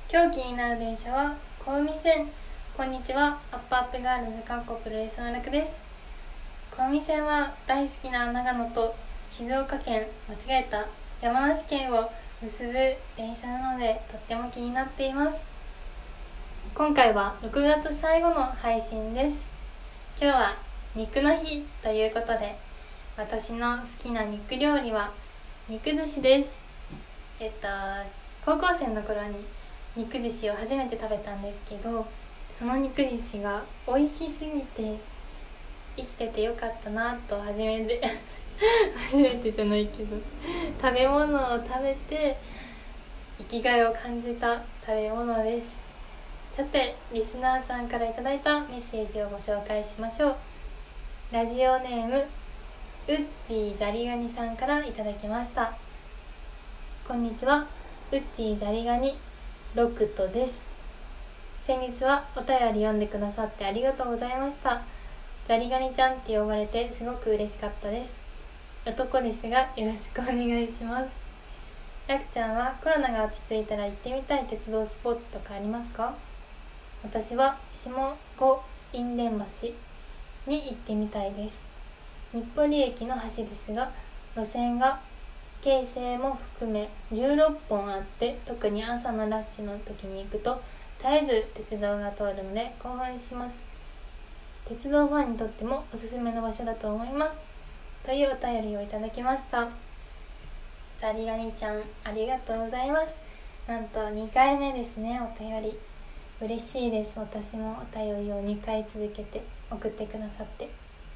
今日気になる電車は小海線。こんにちは、アップアップガールズプロレスの楽です。小海線は大好きな長野と静岡県、間違えた山梨県を結ぶ電車なのでとっても気になっています。今回は6月最後の配信です。今日は肉の日ということで、私の好きな肉料理は肉寿司です。高校生の頃に肉寿司を初めて食べたんですけど、その肉寿司が美味しすぎて生きててよかったなと初めてじゃないけど食べ物を食べて生きがいを感じた食べ物です。さて、リスナーさんからいただいたメッセージをご紹介しましょう。ラジオネームウッチーザリガニさんからいただきました。こんにちは、ウッチーザリガニロクトです。先日はお便り読んでくださってありがとうございました。ザリガニちゃんって呼ばれてすごく嬉しかったです。男ですがよろしくお願いします。ラクちゃんはコロナが落ち着いたら行ってみたい鉄道スポットとかありますか？私は下五印伝橋に行ってみたいです。日暮里駅の橋ですが、路線が京成も含め16本あって、特に朝のラッシュの時に行くと絶えず鉄道が通るので興奮します。鉄道ファンにとってもおすすめの場所だと思います、というお便りをいただきました。ザリガニちゃん、ありがとうございます。なんと2回目ですね、お便り。嬉しいです。私もお便りを2回続けて送ってくださって。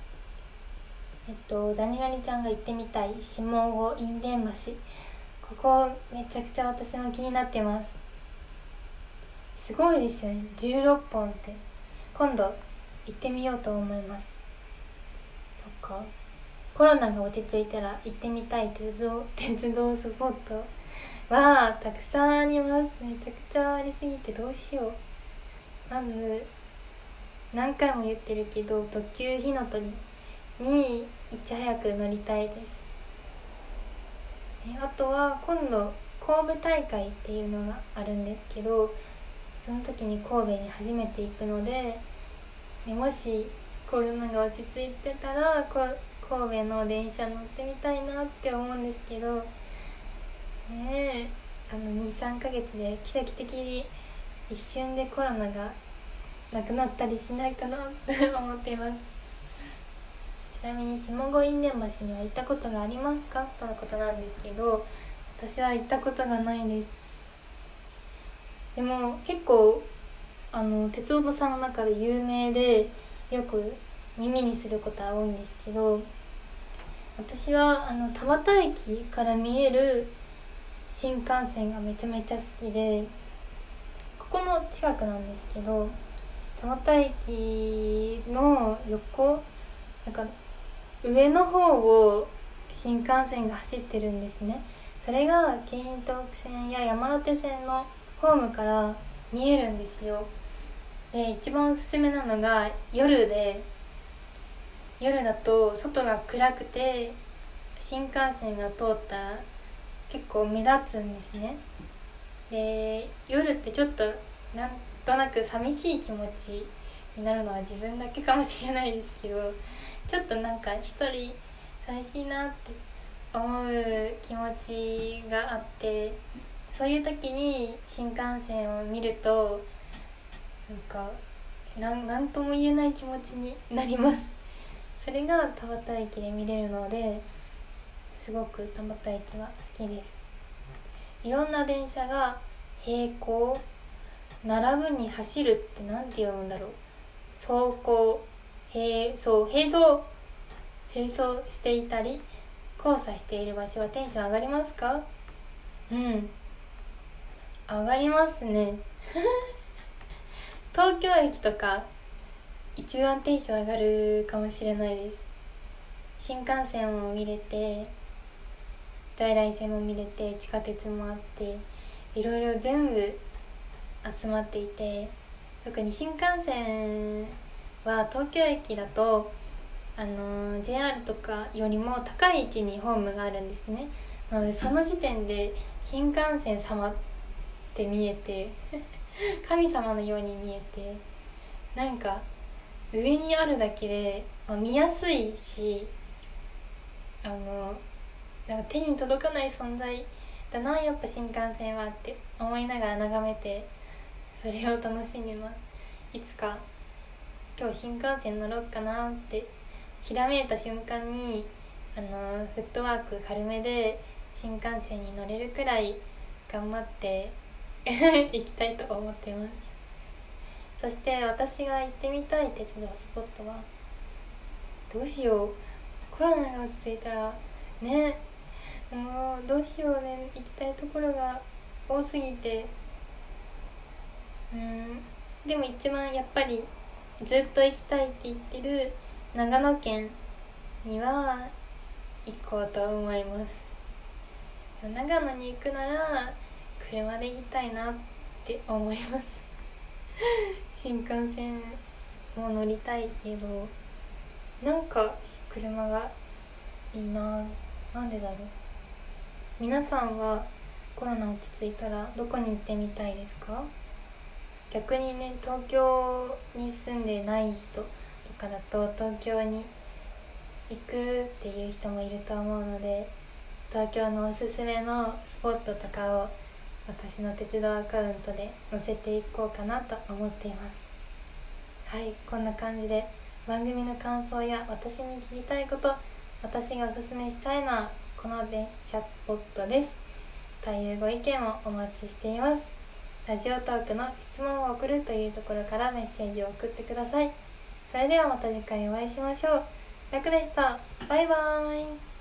ザリガニちゃんが行ってみたい下五印伝橋、ここめちゃくちゃ私も気になってます。すごいですよね、16本って。今度行ってみようと思います。そっか、コロナが落ち着いたら行ってみたい鉄道スポットはたくさんあります。めちゃくちゃありすぎてどうしよう。まず何回も言ってるけど、特急ひのとりにいち早く乗りたいです。あとは今度神戸大会っていうのがあるんですけど、その時に神戸に初めて行くので、もしコロナが落ち着いてたら神戸の電車乗ってみたいなって思うんですけどね。2,3 ヶ月で奇跡的に一瞬でコロナがなくなったりしないかなって思っています。ちなみに下五印伝橋には行ったことがありますかとのことなんですけど、私は行ったことがないです。でも結構鉄道さんの中で有名でよく耳にすることは多いんですけど、私は田端駅から見える新幹線がめちゃめちゃ好きで、ここの近くなんですけど、田端駅の横なんか上の方を新幹線が走ってるんですね。それが京浜東北線や山手線のホームから見えるんですよ。で、一番おすすめなのが夜で、夜だと外が暗くて新幹線が通ったら結構目立つんですね。で、夜ってちょっとなんとなく寂しい気持ちになるのは自分だけかもしれないですけど、ちょっとなんか一人寂しいなって思う気持ちがあって、そういう時に新幹線を見るとなんとも言えない気持ちになります。それが田端駅で見れるので、すごく田端駅は好きです。いろんな電車が並行並ぶに走るってなんて読むんだろう。走行並走していたり交差している場所はテンション上がりますか？上がりますね東京駅とか一番テンション上がるかもしれないです。新幹線も見れて、在来線も見れて、地下鉄もあって、いろいろ全部集まっていて、特に新幹線は東京駅だとJR とかよりも高い位置にホームがあるんですね。なのでその時点で新幹線様て見えて神様のように見えて、なんか上にあるだけで、見やすいし、なんか手に届かない存在だなやっぱ新幹線はって思いながら眺めて、それを楽しんでます。いつか今日新幹線乗ろうかなってひらめいた瞬間にフットワーク軽めで新幹線に乗れるくらい頑張って行きたいと思っています。そして私が行ってみたい鉄道スポットは、どうしよう、コロナが落ち着いたらね、もうどうしようね、行きたいところが多すぎて、でも一番やっぱりずっと行きたいって言ってる長野県には行こうと思います。長野に行くなら車で行きたいなって思います新幹線も乗りたいけど、なんか車がいいな。なんでだろう。皆さんはコロナ落ち着いたらどこに行ってみたいですか？逆にね、東京に住んでない人とかだと東京に行くっていう人もいると思うので、東京のおすすめのスポットとかを私の鉄道アカウントで載せていこうかなと思っています。はい、こんな感じで番組の感想や私に聞きたいこと、私がおすすめしたいのはこの電車スポットですというご意見をお待ちしています。ラジオトークの質問を送るというところからメッセージを送ってください。それではまた次回お会いしましょう。楽でした。バイバーイ。